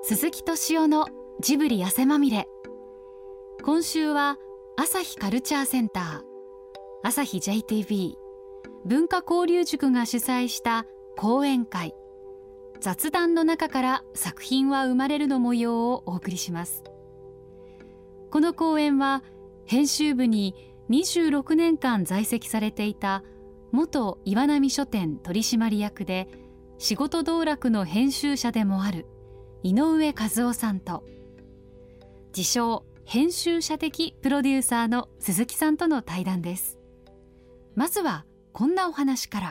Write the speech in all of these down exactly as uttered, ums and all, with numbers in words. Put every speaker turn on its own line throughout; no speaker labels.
鈴木敏夫のジブリ汗まみれ。今週は朝日カルチャーセンター、朝日 ジェイティービー 文化交流塾が主催した講演会、雑談の中から作品は生まれるの模様をお送りします。この講演は編集部ににじゅうろくねんかん在籍されていた元岩波書店取締役で仕事道楽の編集者でもある井上和夫さんと、自称編集者的プロデューサーの鈴木さんとの対談です。まずはこんなお話から。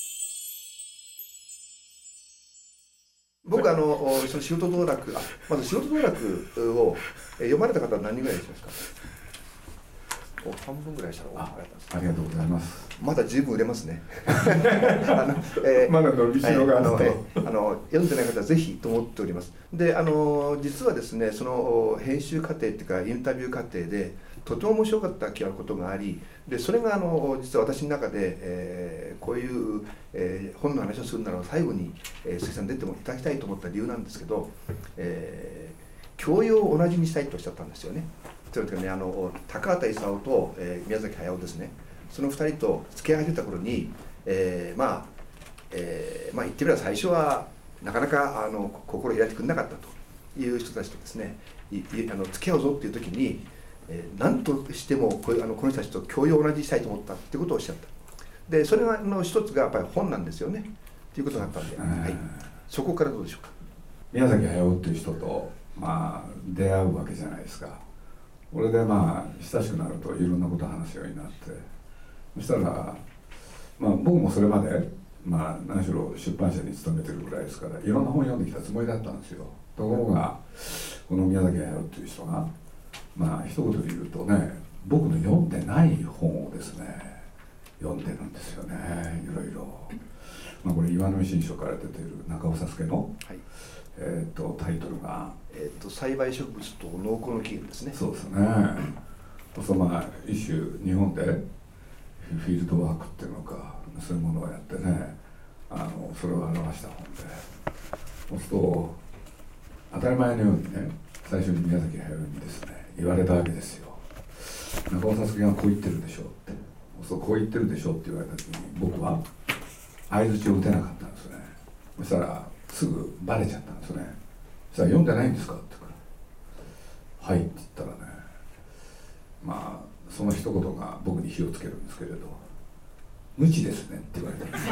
僕あのその仕事道楽、あまず仕事道楽を読まれた方は何人ぐらいいらっしゃいますか？お半分ぐらいしたら。
あ, ありがとうございます。
まだ十分売れますね。あの、えー、
まだ伸びしろがあると、
はい、あの、えー、あの読んでない方はぜひと思っております。で、あの実はですね、その編集過程っていうかインタビュー過程でとても面白かったことがあり、でそれがあの実は私の中で、えー、こういう、えー、本の話をするなら最後に、えー、鈴木さん出てもいただきたいと思った理由なんですけど、えー、教養を同じにしたいとおっしゃったんですよね。というかね、あの高畑勲と、えー、宮崎駿ですね、そのふたりと付き合い始めた頃に、えー、まあ、えー、まあ言ってみれば最初はなかなかあの心開いてくれなかったという人たちとですね、いいあの付き合うぞっていう時に、えー、何としてもこういうあのこの人たちと教養を同じにしたいと思ったっていうことをおっしゃった。でそれの一つがやっぱり本なんですよねっていうことがあったんで、はい、そこからどうでしょうか。
宮崎駿っていう人と、まあ、出会うわけじゃないですか。これでまあ親しくなるといろんなことを話すようになって、そしたら、まあ、僕もそれまで、まあ、何しろ出版社に勤めてるぐらいですからいろんな本読んできたつもりだったんですよ。ところがこの宮崎駿っていう人が、まあ一言で言うとね、僕の読んでない本をですね読んでるんですよね、いろいろ。まあ、これ岩波新書から出ている中尾佐助の、はい、えー、とタイトルが、
えー、と栽培植物と農耕の起源ですね。
そうですね。そうまあ一種日本でフィールドワークっていうのか、そういうものをやってね、あのそれを表した本で、そうすると当たり前のようにね、最初に宮崎駿にですね言われたわけですよ。中尾佐助がこう言ってるでしょうって。そうこう言ってるでしょうって言われた時に僕は相槌を打てなかったんですね。そしたらすぐバレちゃったんですね。そしたら読んでないんですかって言うから、はいって言ったらね、まあその一言が僕に火をつけるんですけれど、無知ですねって言われたんですよ。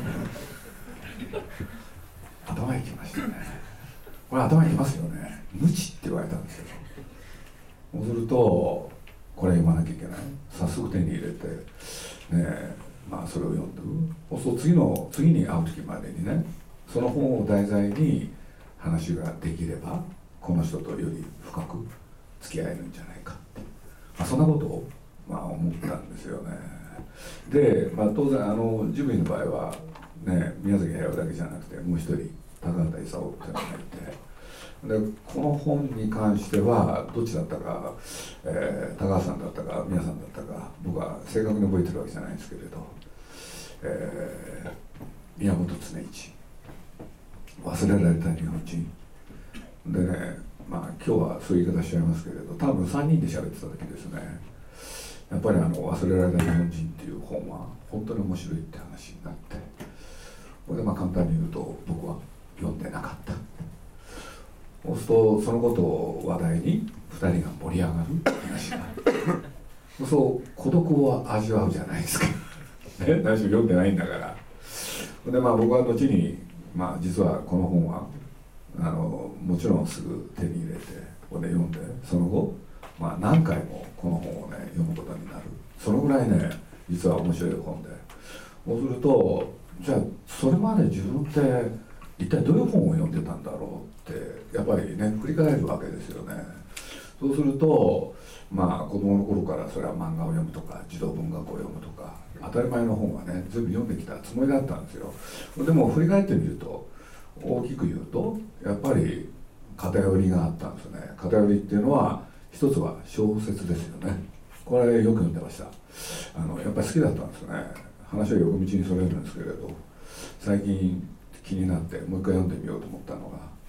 頭にきましたね。これ頭にきますよね。無知って言われたんですよ。そうするとこれ読まなきゃいけない。早速手に入れてね、まあそれを読んでる。そうすると次の次に会う時までにね、その本を題材に話ができればこの人とより深く付き合えるんじゃないかって、まあ、そんなことをまあ思ったんですよね。で、まあ、当然あのジブリの場合はね、宮崎駿だけじゃなくてもう一人高畑勲っていうのがいて、でこの本に関してはどっちだったか、えー、高橋さんだったか宮さんだったか僕は正確に覚えてるわけじゃないんですけれど、えー、宮本常一、忘れられた日本人でね、まあ今日はそういう言い方しちゃいますけれど、多分さんにんで喋ってた時ですね、やっぱりあの忘れられた日本人っていう本は本当に面白いって話になって、これでまあ簡単に言うと僕は読んでなかった。そうするとそのことを話題にふたりが盛り上がる話がそう孤独を味わうじゃないですか。ね、何しろ読んでないんだから。でまあ僕は後に、まあ、実はこの本はあのもちろんすぐ手に入れてここで読んで、その後、まあ、何回もこの本をね読むことになる。そのぐらいね実は面白い本で、そうするとじゃあそれまで自分って一体どういう本を読んでたんだろうってやっぱりね振り返るわけですよね。そうするとまあ子供の頃からそれは漫画を読むとか児童文学を読むとか当たり前の本はね全部読んできたつもりだったんですよ。でも振り返ってみると大きく言うとやっぱり偏りがあったんですね。偏りっていうのは一つは小説ですよね。これよく読んでました。あのやっぱり好きだったんですね。話は横道にそれるんですけれど、最近気になってもう一回読んでみようと思ったのが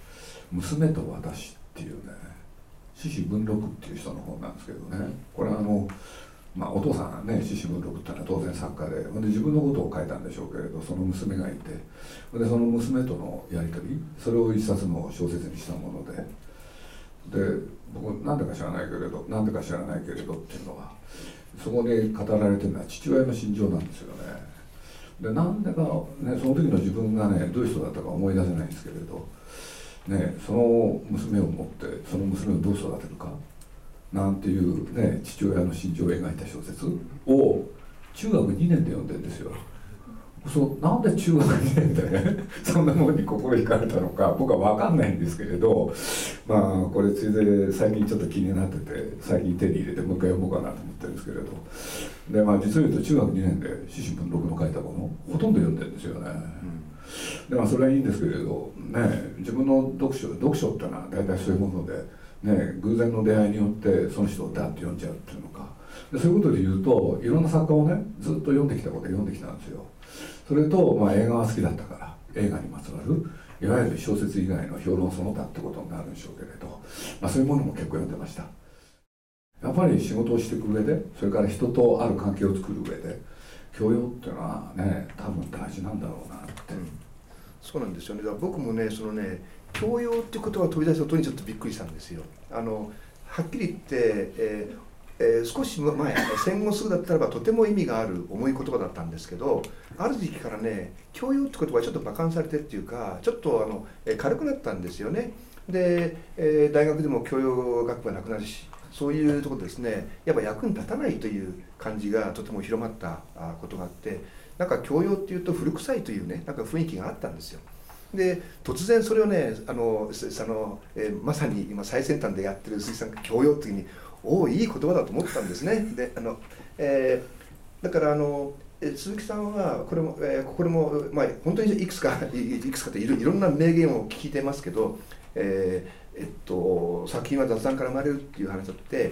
「娘と私」っていうね、獅子文禄っていう人の本なんですけどね、これはあの、まあ、お父さんがね獅子文禄っていうのは当然作家で、で自分のことを書いたんでしょうけれど、その娘がいて、でその娘とのやり取り、それを一冊の小説にしたもので、で僕なんでか知らないけれどなんでか知らないけれどっていうのは、そこで語られてるのは父親の心情なんですよね。でなんでか、ね、その時の自分がねどういう人だったか思い出せないんですけれど、ね、その娘を持ってその娘をどう育てるかなんていう、ね、父親の心情を描いた小説を中学にねんで読んでるんですよ。そうなんで中学にねんでねそんなものに心惹かれたのか僕は分かんないんですけれど、まあこれついで最近ちょっと気になってて最近手に入れてもう一回読もうかなと思ってるんですけれど、で、まあ、実を言うと中学にねんで獅子文禄の書いたものほとんど読んでるんですよね。で、まあ、それはいいんですけれど、ね、自分の読書読書っていうのは大体そういうもので、ね、偶然の出会いによってその人をダッと読んじゃうっていうのか、でそういうことで言うといろんな作家をねずっと読んできたこと読んできたんですよ。それと、まあ、映画は好きだったから映画にまつわるいわゆる小説以外の評論その他ってことになるんでしょうけれど、まあ、そういうものも結構読んでました。やっぱり仕事をしていく上で、それから人とある関係を作る上で教養っていうのはね多分大事なんだろうなって、うん、
そうなんですよね。だから僕もねそのね教養っていう言葉が飛び出したことにちょっとびっくりしたんですよ。あのはっきり言って、えーえー、少し前戦後すぐだったらばとても意味がある重い言葉だったんですけど、ある時期からね教養って言葉がちょっと馬鹿にされてっていうかちょっとあの、えー、軽くなったんですよね。で、えー、大学でも教養学部はなくなるし、そういうところですねやっぱ役に立たないという感じがとても広まったことがあって、なんか教養っていうと古臭いというねなんか雰囲気があったんですよ。で突然それをねあのあの、えー、まさに今最先端でやってる鈴木さんが教養っていうにおおいい言葉だと思ったんですね。であの、えー、だからあの鈴木さんはこれも、えー、これも、まあ、本当にいくつかいくつかっていろいろんな名言を聞いてますけど、えーえっと、作品は雑談から生まれるっていう話だって、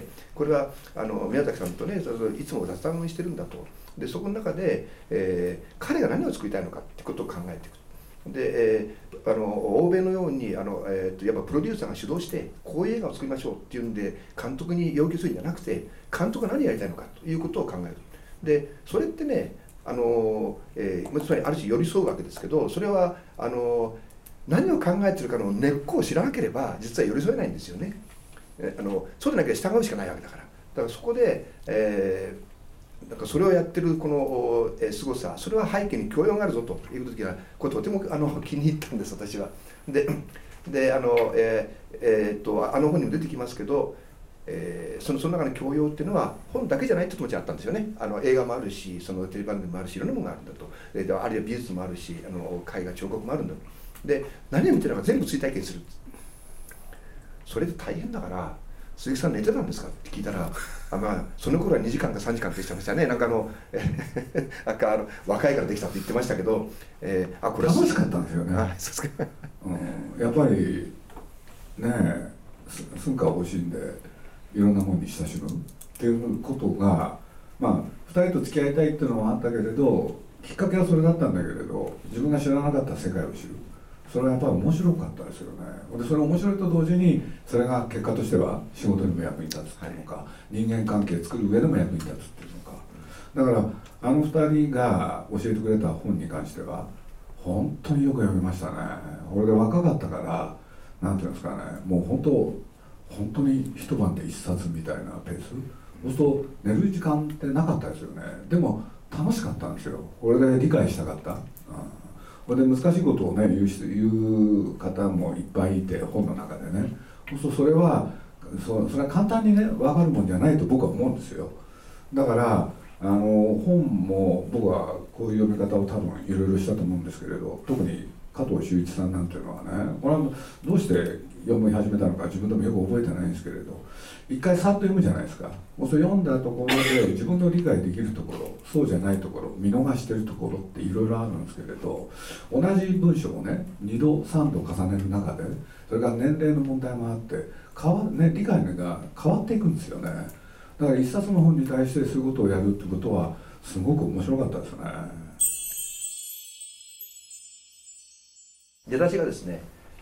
これはあの宮崎さんとねいつも雑談をしてるんだと。でそこの中で、えー、彼が何を作りたいのかってことを考えていく。で、えー、あの欧米のようにあの、えー、とやっぱプロデューサーが主導してこういう映画を作りましょうっていうんで監督に要求するんじゃなくて、監督が何やりたいのかということを考える。でそれってねあの、えー、つまりある種寄り添うわけですけど、それはあの何を考えてるかの根っこを知らなければ実は寄り添えないんですよね。えあのそうでなきゃ従うしかないわけだから。だからそこで、えー、なんかそれをやってるこの、えー、すごさ、それは背景に教養があるぞという時はこれとてもあの気に入ったんです私は。でであの、えーえー、っとあの本にも出てきますけど、えー、そのその中の教養っていうのは本だけじゃないって気持ちがあったんですよね。あの映画もあるし、そのテレビ番組もあるし、いろんなものがあるんだと。えー、あるいは美術もあるし、あの絵画彫刻もあるんだと。で何を見てるのか全部追体験する。それで大変だから「鈴木さん寝てたんですか?」って聞いたらあ、まあ、その頃はにじかんかさんじかんって言ってましたね。なんかあのなんかあの若いからできたって言ってましたけど、えー、あこれは
楽しかったんですよね。
あそうですか、
うん、やっぱりねえ寸暇を惜しんでいろんなものに親しむっていうことが、まあふたりと付き合いたいっていうのはあったけれど、きっかけはそれだったんだけれど、自分が知らなかった世界を知る、それはやっぱり面白かったですよね。でそれ面白いと同時にそれが結果としては仕事にも役に立つっていうのか、はい、人間関係作る上でも役に立つっていうのか、だからあのふたりが教えてくれた本に関しては本当によく読みましたね。これで若かったからなんていうんですかね、もう本当本当に一晩で一冊みたいなペース。そうすると寝る時間ってなかったですよね。でも楽しかったんですよ。これで理解したかった。うん、これで難しいことをね言う人言う方もいっぱいいて本の中でね。そうするとそれはそそれは簡単にね分かるもんじゃないと僕は思うんですよ。だからあの本も僕はこういう読み方を多分いろいろしたと思うんですけれど、特に加藤修一さんなんていうのはね、これはどうして読み始めたのか自分でもよく覚えてないんですけれど、一回さっと読むじゃないですか。もうそれ読んだところで自分の理解できるところ、そうじゃないところ、見逃してるところっていろいろあるんですけれど、同じ文章をねにどさんど重ねる中で、それから年齢の問題もあって変わ、ね、理解が変わっていくんですよね。だから一冊の本に対してそういうことをやるってことはすごく面白かったですね。
出だしがですね、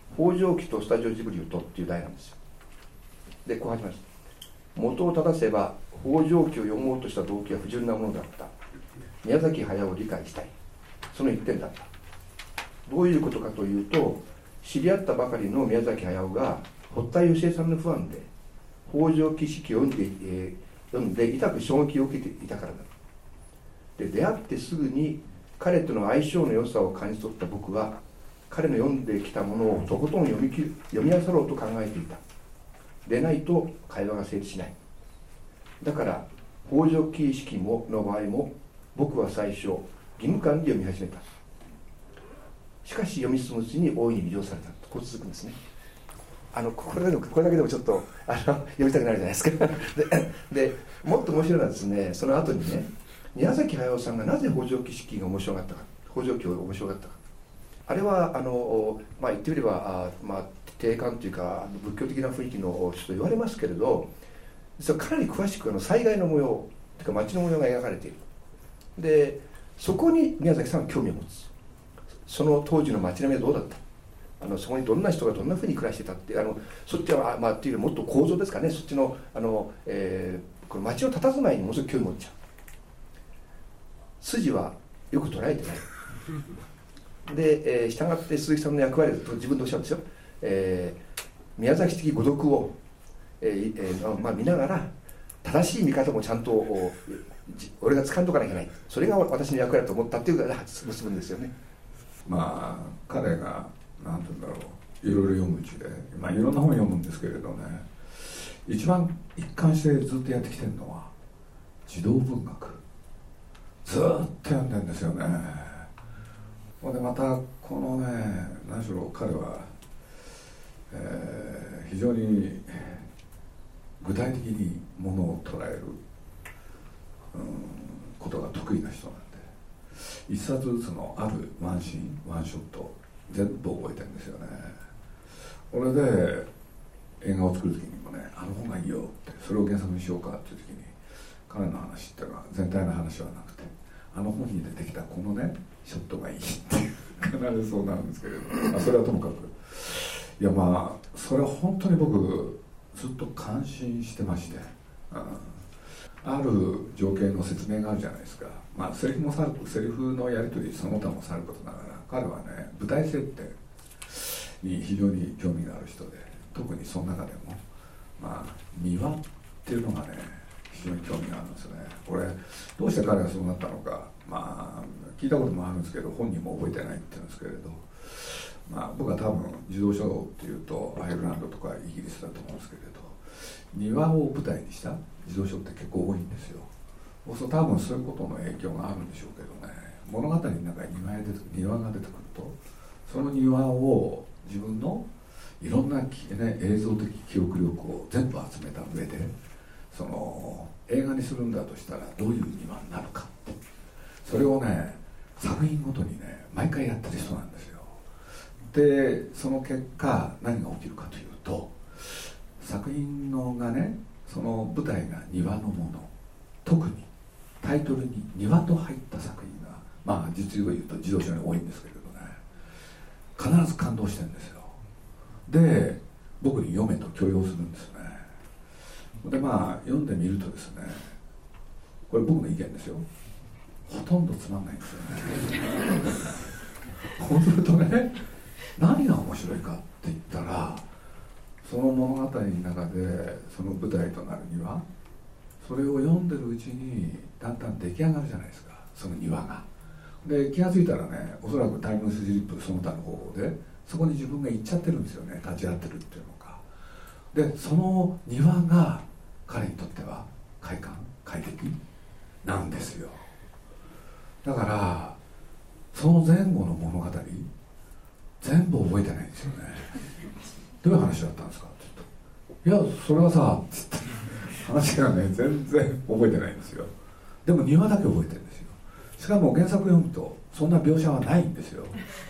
北条記とスタジオジブリとっていう題なんですよ。でこう始まります。元を正せば北条記を読もうとした動機は不純なものだった。宮崎駿を理解したい、その一点だった。どういうことかというと、知り合ったばかりの宮崎駿が堀田芳恵さんのファンで北条記式を読んで、えー、読んで痛く衝撃を受けていたからだ。で出会ってすぐに彼との相性の良さを感じ取った僕は、彼の読んできたものをとことん読みき読み漁ろうと考えていた。でないと会話が成立しない。だから北条記式もの場合も僕は最初義務感で読み始めた。しかし読み進むうちに大いに魅了された。こう続くんですね。あのこれだけでもこれだけでもちょっとあの読みたくなるじゃないですかで, でもっと面白いのはですね、その後にね、宮崎駿さんがなぜ北条記式が面白かったか、北条記を面白かったか、あれはあの、まあ、言ってみればあ、まあ、定観というか仏教的な雰囲気の人と言われますけれど、実はかなり詳しくあの災害の模様というか街の模様が描かれている。でそこに宮崎さんは興味を持つ。その当時の街並みはどうだった、あのそこにどんな人がどんなふうに暮らしてたって、あのそっちは、まあ、っていうよりもっと構造ですかね、そっちのあの、えー、この街の佇まいにものすごく興味を持っちゃう。筋はよく捉えてないで、えー、従って鈴木さんの役割だと自分でおっしゃるんですよ、えー、宮崎的誤読を、えーえーまあ、見ながら正しい見方もちゃんと俺が掴んどかなきゃいけない、それが私の役割だと思ったっていうから結ぶんですよね。
まあ彼が何て言うんだろう、いろいろ読むうちで、まあ、いろんな本読むんですけれどね、一番一貫してずっとやってきてるのは児童文学、ずっと読んでるんですよね。でまたこのね、何しろ彼は、えー、非常に具体的にものを捉える、うん、ことが得意な人なんで、一冊ずつのあるワンシーンワンショット全部覚えてるんですよね。これで映画を作る時にもね、あの本がいいよって、それを原作にしようかっていう時に彼の話っていうのは全体の話はなくて、あの本に出てきたこのねショットがいいっていう必ずそうなるんですけれど、まあ、それはともかく、いやまあそれは本当に僕ずっと感心してまして、うん、ある情景の説明があるじゃないですか。まあセリフもさるセリフのやり取りその他もさることながら、彼はね舞台設定に非常に興味がある人で、特にその中でもまあ庭っていうのがね非常に興味があるんですよね。これどうして彼がそうなったのか、まあ聞いたこともあるんですけど本人も覚えてないって言うんですけれど、まあ僕は多分自動車っていうとアイルランドとかイギリスだと思うんですけれど、庭を舞台にした自動車って結構多いんですよ。そう多分そういうことの影響があるんでしょうけどね、物語の中に庭が出てくる庭が出てくると、その庭を自分のいろんな、ね、映像的記憶力を全部集めた上で、その映画にするんだとしたらどういう庭になるかって、それをね作品ごとにね毎回やってる人なんですよ。でその結果何が起きるかというと、作品のがね、その舞台が庭のもの、特にタイトルに庭と入った作品が、まあ実を言うと自動車に多いんですけれどね、必ず感動してるんですよ。で僕に読めと強要するんですね。でまあ読んでみるとですね、これ僕の意見ですよ、ほとんどつまんないんですよねそうするとね、何が面白いかって言ったら、その物語の中でその舞台となる庭、それを読んでるうちにだんだん出来上がるじゃないですか、その庭が。で気が付いたらね、おそらくタイムスリップその他の方法でそこに自分が行っちゃってるんですよね、立ち会ってるっていうのか。でその庭が彼にとっては快感快適なんですよ。だからその前後の物語全部覚えてないんですよねどういう話だったんですかって言うと、いやそれはさって言って話がね全然覚えてないんですよ。でも庭だけ覚えてるんですよ。しかも原作読むとそんな描写はないんですよ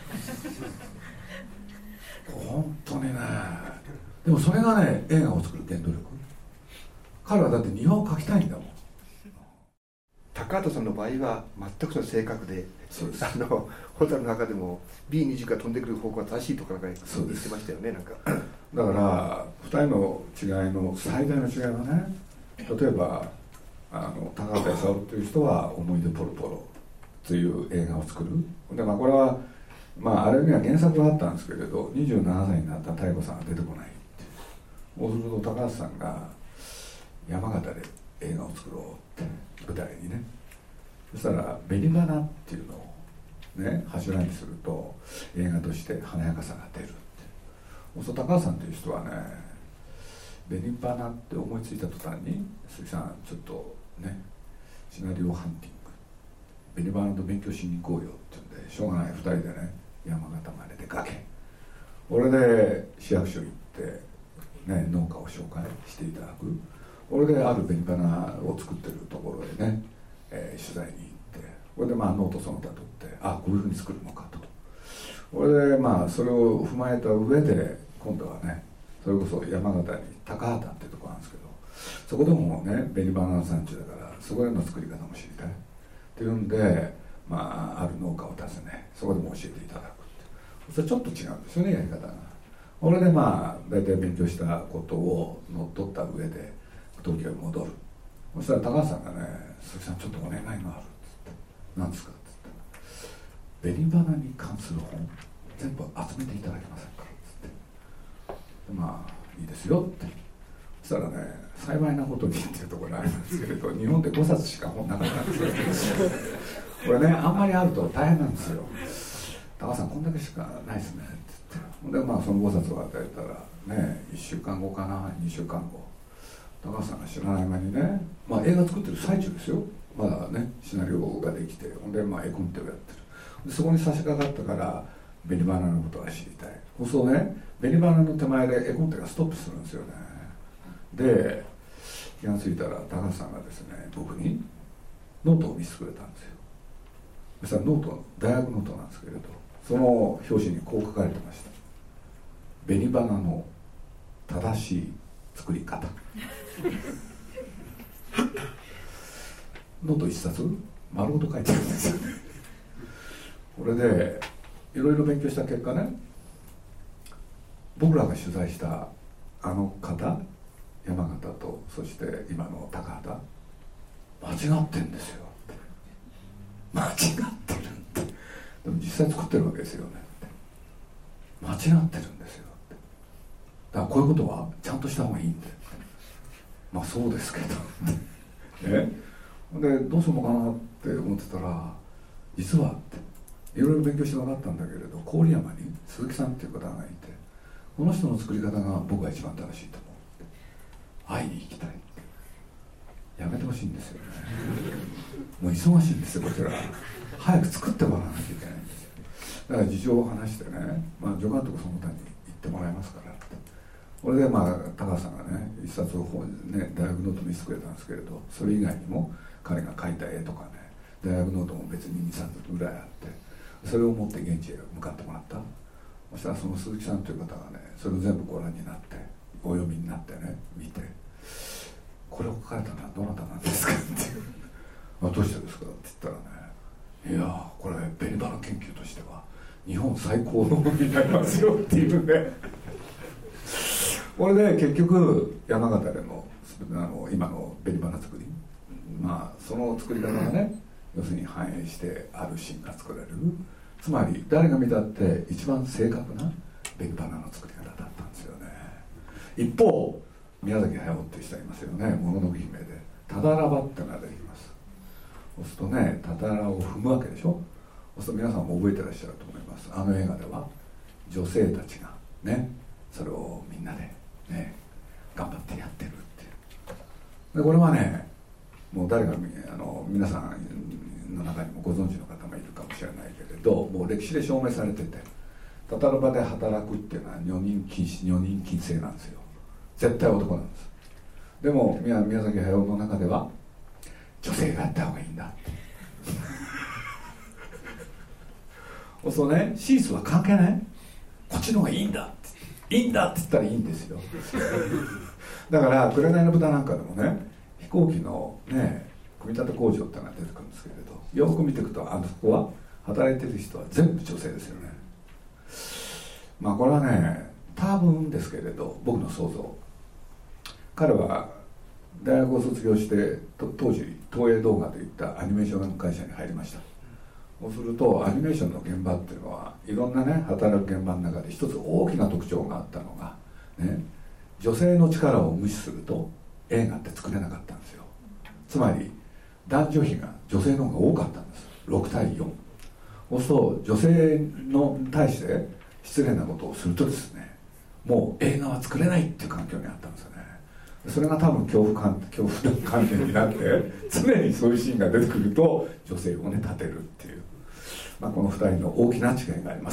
本当にね。でもそれがね映画を作る原動力。彼はだって庭を描きたいんだもん。
高畑さんの場合は全くその正確で、
そうです。
あのホタルの中でも ビーにじゅう が飛んでくる方向が正しいとかなんか言
そうです
ってましたよね。なんか
だからふたりの違いの最大の違いはね、例えばあの高畑勲っていう人は「思い出ポロポロ」という映画を作る。で、まあ、これは、まあ、あれには原作があったんですけれど、にじゅうななさいになった妙子さんが出てこないって。そうすると高畑さんが山形で映画を作ろうって舞台にね。そしたら「紅花」っていうのをね柱にすると映画として華やかさが出るって。そうすると高畑さんっていう人はね、紅花って思いついた途端に「鈴木さんちょっとねシナリオハンティング、紅花と勉強しに行こうよ」って言うんで、しょうがないふたりでね山形まで出かけ、俺で市役所行ってね農家を紹介していただく。俺である紅花を作ってるところへね、えー、取材に行って、これでまあノートその他取って、あこういうふうに作るのかと。これでまあそれを踏まえた上で今度はね、それこそ山形に高畑っていうところなんですけど、そこでもね紅花の産地だからそこでの作り方も知りたいっていうんで、まあ、ある農家を訪ね、そこでも教えていただくって。それちょっと違うんですよね、やり方が。これでまあ大体勉強したことを乗っ取った上で東京に戻る。そしたら高橋さんがね「鈴木さんちょっとお願いがある」っつって「何ですか?」っつったら「紅花に関する本全部集めていただけませんか?」っつって「まあいいですよ」って。そしたらね、幸いなことにっていうところがあるんですけれど、日本でごさつしか本なかったんですよこれね、あんまりあると大変なんですよ。高橋さんこんだけしかないですねって言って、でまあそのごさつを与えたらね、いっしゅうかんごかな、にしゅうかんご、高橋さんが知らない間にね、まあ、映画作ってる最中ですよ、まだねシナリオができて、ほんでまあ絵コンテをやってる。でそこに差し掛かったから紅花のことが知りたい。そうするとね、紅花の手前で絵コンテがストップするんですよね。で気がついたら高橋さんがですね、僕にノートを見せてくれたんですよ。そしたらノート、大学ノートなんですけれど、その表紙にこう書かれてました。紅花の正しい作り方ノート一冊丸ごと書いてあるんですよね。これでいろいろ勉強した結果ね、僕らが取材したあの方、山形とそして今の高畑、間違ってんですよ。間違ってるんで、でも実際作ってるわけですよね。間違ってるんですよ。だからこういうことはちゃんとした方がいいんで、まあそうですけどね。でどうするのかなって思ってたら、実はっていろいろ勉強して分かったんだけれど、郡山に鈴木さんっていう方がいて、この人の作り方が僕が一番正しいと思う。会いに行きたい。やめてほしいんですよね。もう忙しいんですよこちら。早く作ってもらわなきゃいけないんですよ。だから事情を話してね、まあ助監督その他に行ってもらいますからって。これでまあ高橋さんがね一冊を本ね大学ノート見せてくれたんですけれど、それ以外にも彼が描いた絵とかね、大学ノートも別ににさんさつぐらいあって、それを持って現地へ向かってもらった。そしたらその鈴木さんという方がね、それを全部ご覧になってお読みになってね、見て、これを書かれたのはどなたなんですかってあ、どうしてですかって言ったらね、いやこれ紅花研究としては日本最高のものになりますよっていうねこれで結局山形でのあの今の紅花作り、まあその作り方がね、要するに反映してあるシーンが作られる。つまり誰が見たって一番正確な紅花の作り方だったんですよね。一方宮崎駿っていう人がいますよね、もののけ姫でただらばってのが出てきます。そうするとね、ただらを踏むわけでしょ。そうすると皆さんも覚えてらっしゃると思います。あの映画では女性たちがね、それをみんなでね頑張ってやってるっていう。でこれはね、もう誰があの皆さんの中にもご存知の方もいるかもしれないけれど、もう歴史で証明されてて、たたら場で働くっていうのは女人禁止、女人禁制なんですよ。絶対男なんです。でも宮崎駿の中では女性がやった方がいいんだってそうね、シースは関係ない、こっちの方がいいんだっていいんだって言ったらいいんですよだから紅の豚なんかでもね、飛行機のね組み立て工場ってのが出てくるんですけれど、よく見ていくとあそこは働いてる人は全部女性ですよね。まあこれはね、多分ですけれど僕の想像、彼は大学を卒業して当時東映動画といったアニメーション会社に入りました。そうするとアニメーションの現場っていうのはいろんなね働く現場の中で一つ大きな特徴があったのがね、女性の力を無視すると映画って作れなかったんですよ。つまり男女比が女性の方が多かったんです。ろくたいよん。そうすると女性のに対して失礼なことをするとですね、もう映画は作れないっていう環境にあったんですよね。それが多分恐怖感恐怖の関係になって常にそういうシーンが出てくると女性をね立てるっていう、まあ、このふたりの大きな違いがあります。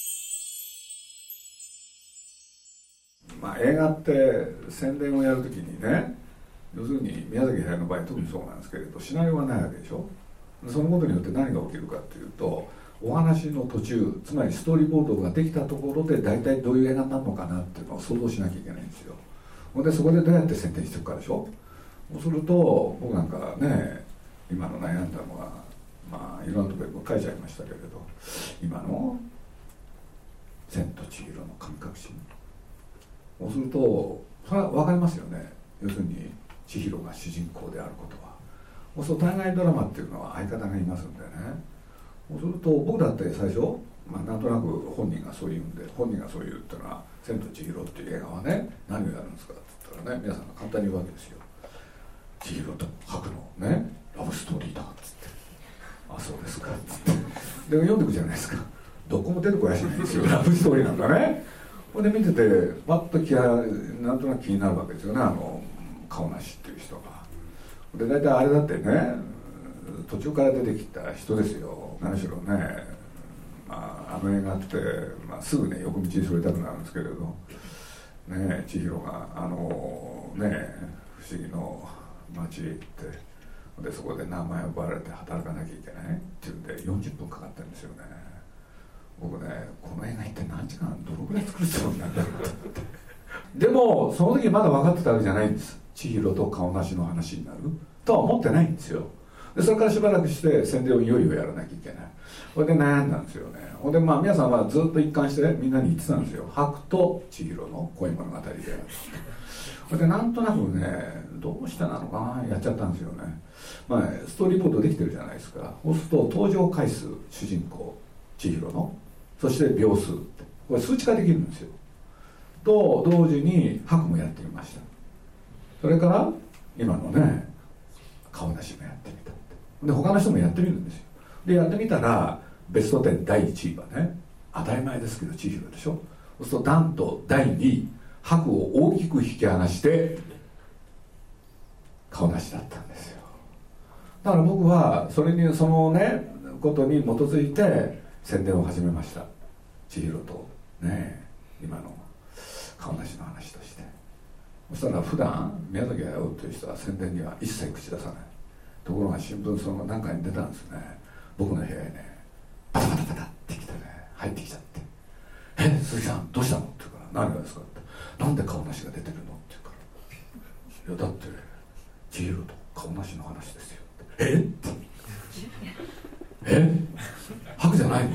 まあ、映画って宣伝をやるときにね、要するに宮崎駿の場合特にそうなんですけれど、シナリオがないわけでしょ。そのことによって何が起きるかっていうと、お話の途中、つまりストーリーボードができたところで大体どういう映画になるのかなっていうのを想像しなきゃいけないんですよ。でそこでどうやって宣伝していくかでしょ。そうすると僕なんかね、今の悩んだのはまあいろんなところで書いちゃいましたけれど、今の「千と千尋の神隠し」、そうするとそれは分かりますよね。要するに千尋が主人公であることは。そうすると大概ドラマっていうのは相方がいますんでね。そうすると僕だって最初、まあ、なんとなく本人がそう言うんで、本人がそう言うっていうのは「千と千尋」っていう映画はね何をやるんですかって言ったらね、皆さんが簡単に言うわけですよ。千尋と白のねラブストーリーだっつって、あそうですかっつってで読んでいくじゃないですか。どこも出てこやしないんですよラブストーリーなんだね。これで見ててパッと気がなんとなく気になるわけですよね、あの顔なしっていう人が。で大体あれだってね、途中から出てきた人ですよ。何しろね、まあ、あの映画って、まあ、すぐね横道にそれたくなるんですけれどね、千尋があのね不思議の街へ行って、でそこで名前を奪われて働かなきゃいけないっていうんでよんじゅっぷんかかってるんですよね。僕ね、この映画一体何時間どのぐらい作るつもりなんだろうってでもその時まだ分かってたわけじゃないんです。千尋と顔なしの話になるとは思ってないんですよ。でそれからしばらくして宣伝をいよいよやらなきゃいけない。それで悩んだんですよね。ほんでまあ皆さんはずっと一貫してみんなに言ってたんですよ。白と千尋の恋物語で。それでなんとなくね、どうしてなのかなやっちゃったんですよね。まあストーリーボードできてるじゃないですか。そうすると登場回数、主人公千尋の、そして秒数ってこれ数値化できるんですよ。と同時に白もやってみました。それから今のね顔なしもやってみた。で他の人もやってみるんですよ。でやってみたらベストテンだいいちいはね、当たり前ですけど千尋でしょ。そうするとなんとだいにい白を大きく引き離して顔なしだったんですよ。だから僕はそれにそのねことに基づいて宣伝を始めました。千尋とね今の顔なしの話として。そしたら普段宮崎駿という人は宣伝には一切口出さない。ところが新聞その何かに出たんですね。僕の部屋にねバタバタバタってきてね入ってきちゃって「え鈴木さんどうしたの?」って言うから「何がですか?」って「なんで顔なしが出てるの?」って言うから「いやだって千尋と顔なしの話ですよ」って「えっ?」って「え白じゃないの?」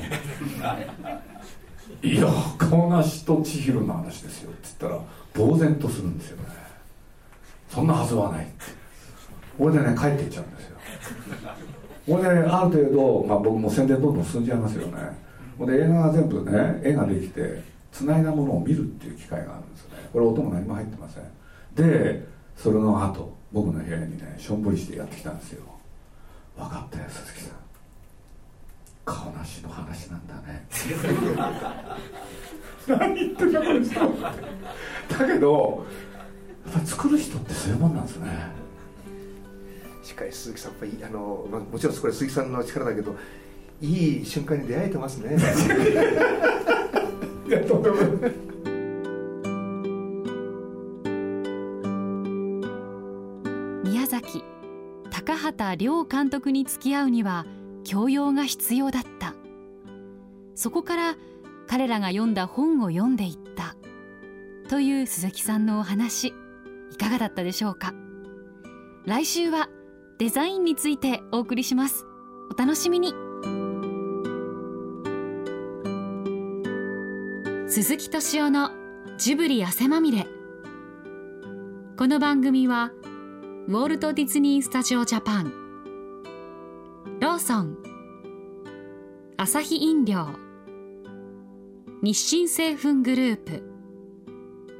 いや顔なしと千尋の話ですよって言ったら呆然とするんですよね。そんなはずはないって。これでね帰っていっちゃうんですよ。これで、ね、ある程度、まあ、僕も宣伝どんどん進んじゃいますよね。これで映画が全部ね絵ができてつないだものを見るっていう機会があるんですよね。これ音も何も入ってません。でそれの後僕の部屋にねしょんぼりしてやってきたんですよ。分かったよ鈴木さん、顔なしの話なんだね何言ってるかこの人だけどやっぱ作る人ってそういうもんなんですね。
しっかり鈴木さんやっぱりあの、まあ、もちろんこれ鈴木さんの力だけどいい瞬間に出会えてますね
いやとんでもない
宮崎高畑亮監督に付き合うには教養が必要だった。そこから彼らが読んだ本を読んでいったという鈴木さんのお話、いかがだったでしょうか。来週はデザインについてお送りします。お楽しみに。鈴木敏夫のジブリ汗まみれ。この番組はウォルト・ディズニー・スタジオ・ジャパン、ローソン、アサヒ飲料、日清製粉グループ、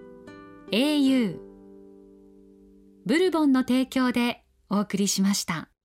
エーユー、ブルボンの提供でお送りしました。